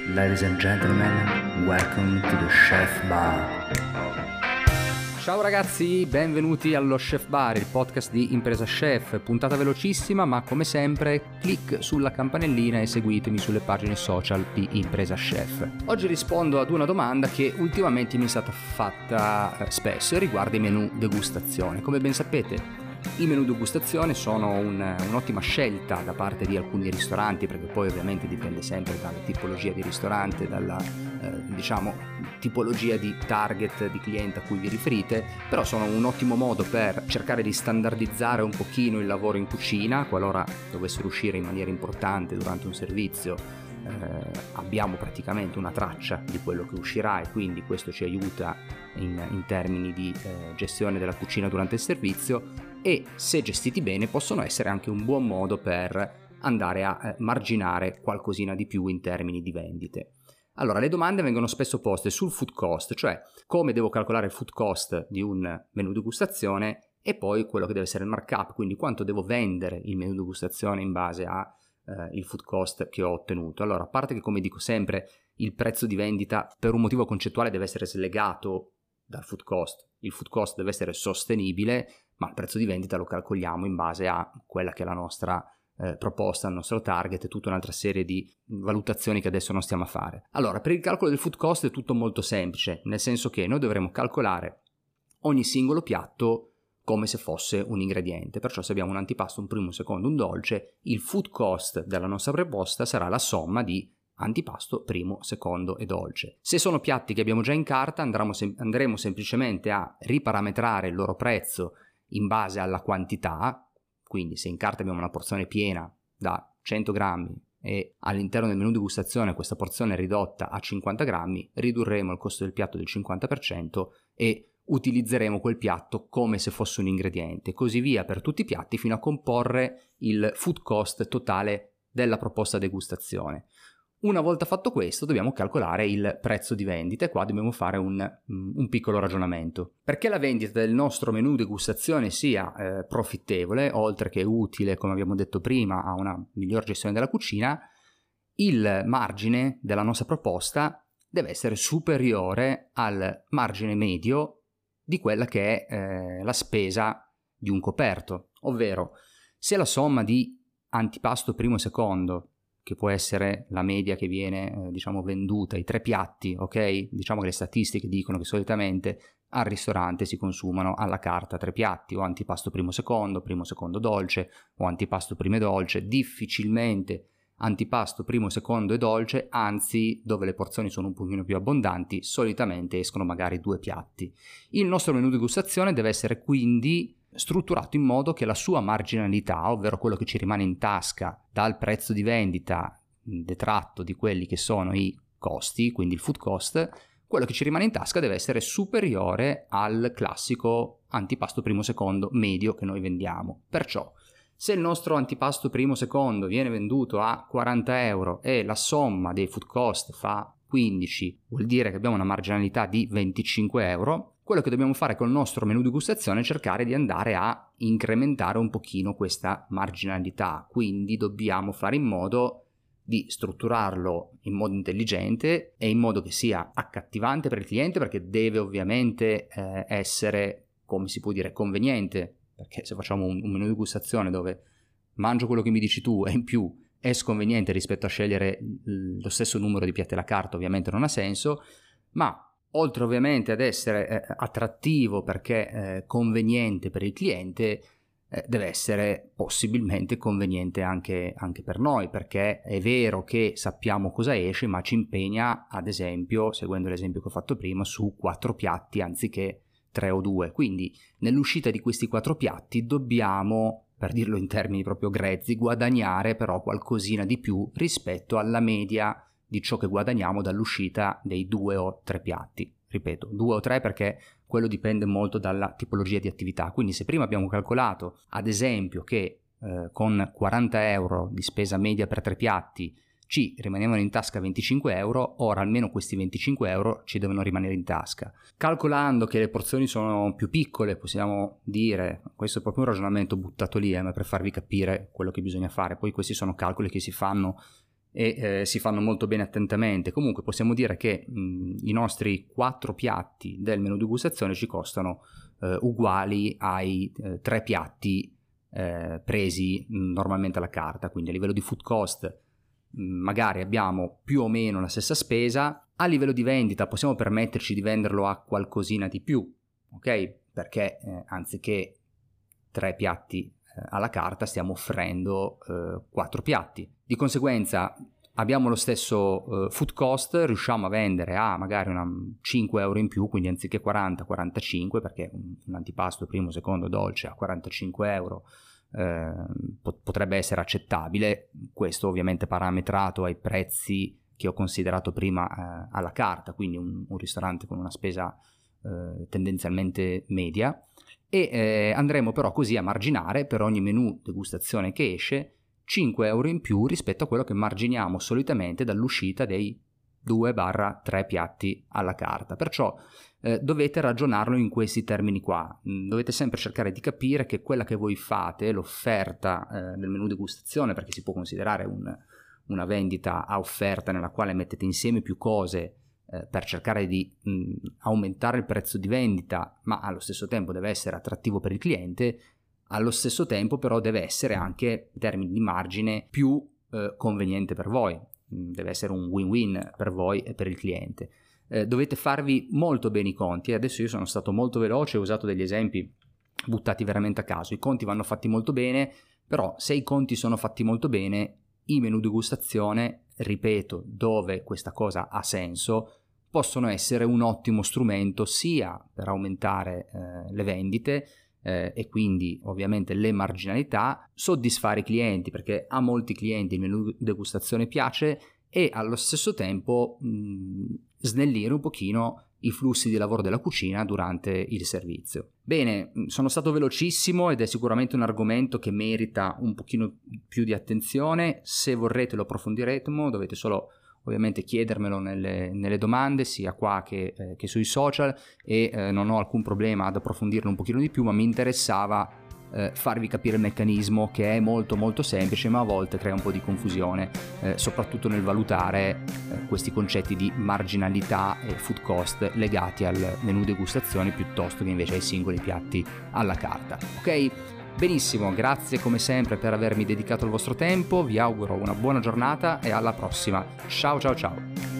Ladies and gentlemen, welcome to the Chef Bar. Ciao ragazzi, benvenuti allo Chef Bar, il podcast di Impresa Chef. Puntata velocissima, ma come sempre clic sulla campanellina e seguitemi sulle pagine social di Impresa Chef. Oggi rispondo ad una domanda che ultimamente mi è stata fatta spesso e riguarda i menù degustazione. Come ben sapete, i menù degustazione sono un'ottima scelta da parte di alcuni ristoranti, perché poi ovviamente dipende sempre dalla tipologia di ristorante, dalla tipologia di target di cliente a cui vi riferite, però sono un ottimo modo per cercare di standardizzare un pochino il lavoro in cucina. Qualora dovessero uscire in maniera importante durante un servizio, abbiamo praticamente una traccia di quello che uscirà e quindi questo ci aiuta in termini di gestione della cucina durante il servizio, e se gestiti bene possono essere anche un buon modo per andare a marginare qualcosina di più in termini di vendite. Allora, le domande vengono spesso poste sul food cost, cioè come devo calcolare il food cost di un menù degustazione e poi quello che deve essere il markup, quindi quanto devo vendere il menù degustazione in base a il food cost che ho ottenuto. Allora, a parte che, come dico sempre, il prezzo di vendita per un motivo concettuale deve essere slegato dal food cost. Il food cost deve essere sostenibile, ma il prezzo di vendita lo calcoliamo in base a quella che è la nostra proposta, il nostro target e tutta un'altra serie di valutazioni che adesso non stiamo a fare. Allora, per il calcolo del food cost è tutto molto semplice, nel senso che noi dovremo calcolare ogni singolo piatto come se fosse un ingrediente. Perciò se abbiamo un antipasto, un primo, un secondo, un dolce, il food cost della nostra proposta sarà la somma di antipasto, primo, secondo e dolce. Se sono piatti che abbiamo già in carta, andremo semplicemente a riparametrare il loro prezzo in base alla quantità. Quindi se in carta abbiamo una porzione piena da 100 grammi e all'interno del menù degustazione questa porzione è ridotta a 50 grammi, ridurremo il costo del piatto del 50% e utilizzeremo quel piatto come se fosse un ingrediente, così via per tutti i piatti fino a comporre il food cost totale della proposta degustazione. Una volta fatto questo dobbiamo calcolare il prezzo di vendita e qua dobbiamo fare un piccolo ragionamento. Perché la vendita del nostro menù degustazione sia profittevole, oltre che utile, come abbiamo detto prima, a una miglior gestione della cucina, il margine della nostra proposta deve essere superiore al margine medio di quella che è la spesa di un coperto. Ovvero, se la somma di antipasto primo e secondo, che può essere la media che viene venduta, i 3 piatti, ok? Diciamo che le statistiche dicono che solitamente al ristorante si consumano alla carta 3 piatti, o antipasto primo secondo dolce, o antipasto primo e dolce, difficilmente antipasto primo secondo e dolce, anzi dove le porzioni sono un pochino più abbondanti solitamente escono magari 2 piatti. Il nostro menù degustazione deve essere quindi strutturato in modo che la sua marginalità, ovvero quello che ci rimane in tasca dal prezzo di vendita detratto di quelli che sono i costi, quindi il food cost, quello che ci rimane in tasca deve essere superiore al classico antipasto primo secondo medio che noi vendiamo. Perciò se il nostro antipasto primo secondo viene venduto a 40 euro e la somma dei food cost fa 15, vuol dire che abbiamo una marginalità di 25 euro. Quello che dobbiamo fare col nostro menù degustazione è cercare di andare a incrementare un pochino questa marginalità, quindi dobbiamo fare in modo di strutturarlo in modo intelligente e in modo che sia accattivante per il cliente, perché deve ovviamente essere, come si può dire, conveniente, perché se facciamo un menù degustazione dove mangio quello che mi dici tu e in più è sconveniente rispetto a scegliere lo stesso numero di piatti alla carta, ovviamente non ha senso, ma oltre ovviamente ad essere attrattivo perché conveniente per il cliente, deve essere possibilmente conveniente anche per noi, perché è vero che sappiamo cosa esce, ma ci impegna, ad esempio, seguendo l'esempio che ho fatto prima, su 4 piatti anziché 3 o 2. Quindi nell'uscita di questi 4 piatti dobbiamo, per dirlo in termini proprio grezzi, guadagnare però qualcosina di più rispetto alla media di ciò che guadagniamo dall'uscita dei 2 o 3 piatti. Ripeto, 2 o 3 perché quello dipende molto dalla tipologia di attività. Quindi se prima abbiamo calcolato, ad esempio, che con 40 euro di spesa media per 3 piatti ci rimanevano in tasca 25 euro, ora almeno questi 25 euro ci devono rimanere in tasca. Calcolando che le porzioni sono più piccole, possiamo dire, questo è proprio un ragionamento buttato lì, ma per farvi capire quello che bisogna fare, poi questi sono calcoli che si fanno e si fanno molto bene attentamente. Comunque possiamo dire che i nostri 4 piatti del menù degustazione ci costano uguali ai 3 piatti presi normalmente alla carta, quindi a livello di food cost magari abbiamo più o meno la stessa spesa. A livello di vendita possiamo permetterci di venderlo a qualcosina di più, ok? Perché anziché 3 piatti alla carta stiamo offrendo 4 piatti. Di conseguenza abbiamo lo stesso food cost, riusciamo a vendere a magari 5 euro in più, quindi anziché 40, 45, perché un antipasto primo, secondo, dolce a 45 euro potrebbe essere accettabile. Questo ovviamente parametrato ai prezzi che ho considerato prima alla carta, quindi un ristorante con una spesa tendenzialmente media, e andremo però così a marginare per ogni menù degustazione che esce 5 euro in più rispetto a quello che marginiamo solitamente dall'uscita dei 2-3 piatti alla carta. Perciò dovete ragionarlo in questi termini qua. Dovete sempre cercare di capire che quella che voi fate, l'offerta del menù degustazione, perché si può considerare una vendita a offerta nella quale mettete insieme più cose per cercare di aumentare il prezzo di vendita, ma allo stesso tempo deve essere attrattivo per il cliente. Allo stesso tempo però deve essere anche in termini di margine più conveniente per voi, deve essere un win-win per voi e per il cliente. Dovete farvi molto bene i conti. Adesso io sono stato molto veloce, ho usato degli esempi buttati veramente a caso. I conti vanno fatti molto bene, però se i conti sono fatti molto bene, i menù degustazione, ripeto, dove questa cosa ha senso, possono essere un ottimo strumento sia per aumentare le vendite e quindi ovviamente le marginalità, soddisfare i clienti, perché a molti clienti il menù degustazione piace, e allo stesso tempo snellire un pochino i flussi di lavoro della cucina durante il servizio. Bene, sono stato velocissimo ed è sicuramente un argomento che merita un pochino più di attenzione. Se vorrete lo approfondiremo, dovete solo ovviamente chiedermelo nelle domande, sia qua che sui social, e non ho alcun problema ad approfondirlo un pochino di più, ma mi interessava farvi capire il meccanismo, che è molto molto semplice, ma a volte crea un po' di confusione, soprattutto nel valutare questi concetti di marginalità e food cost legati al menù degustazione piuttosto che invece ai singoli piatti alla carta. Ok? Benissimo, grazie come sempre per avermi dedicato il vostro tempo, vi auguro una buona giornata e alla prossima. Ciao ciao ciao!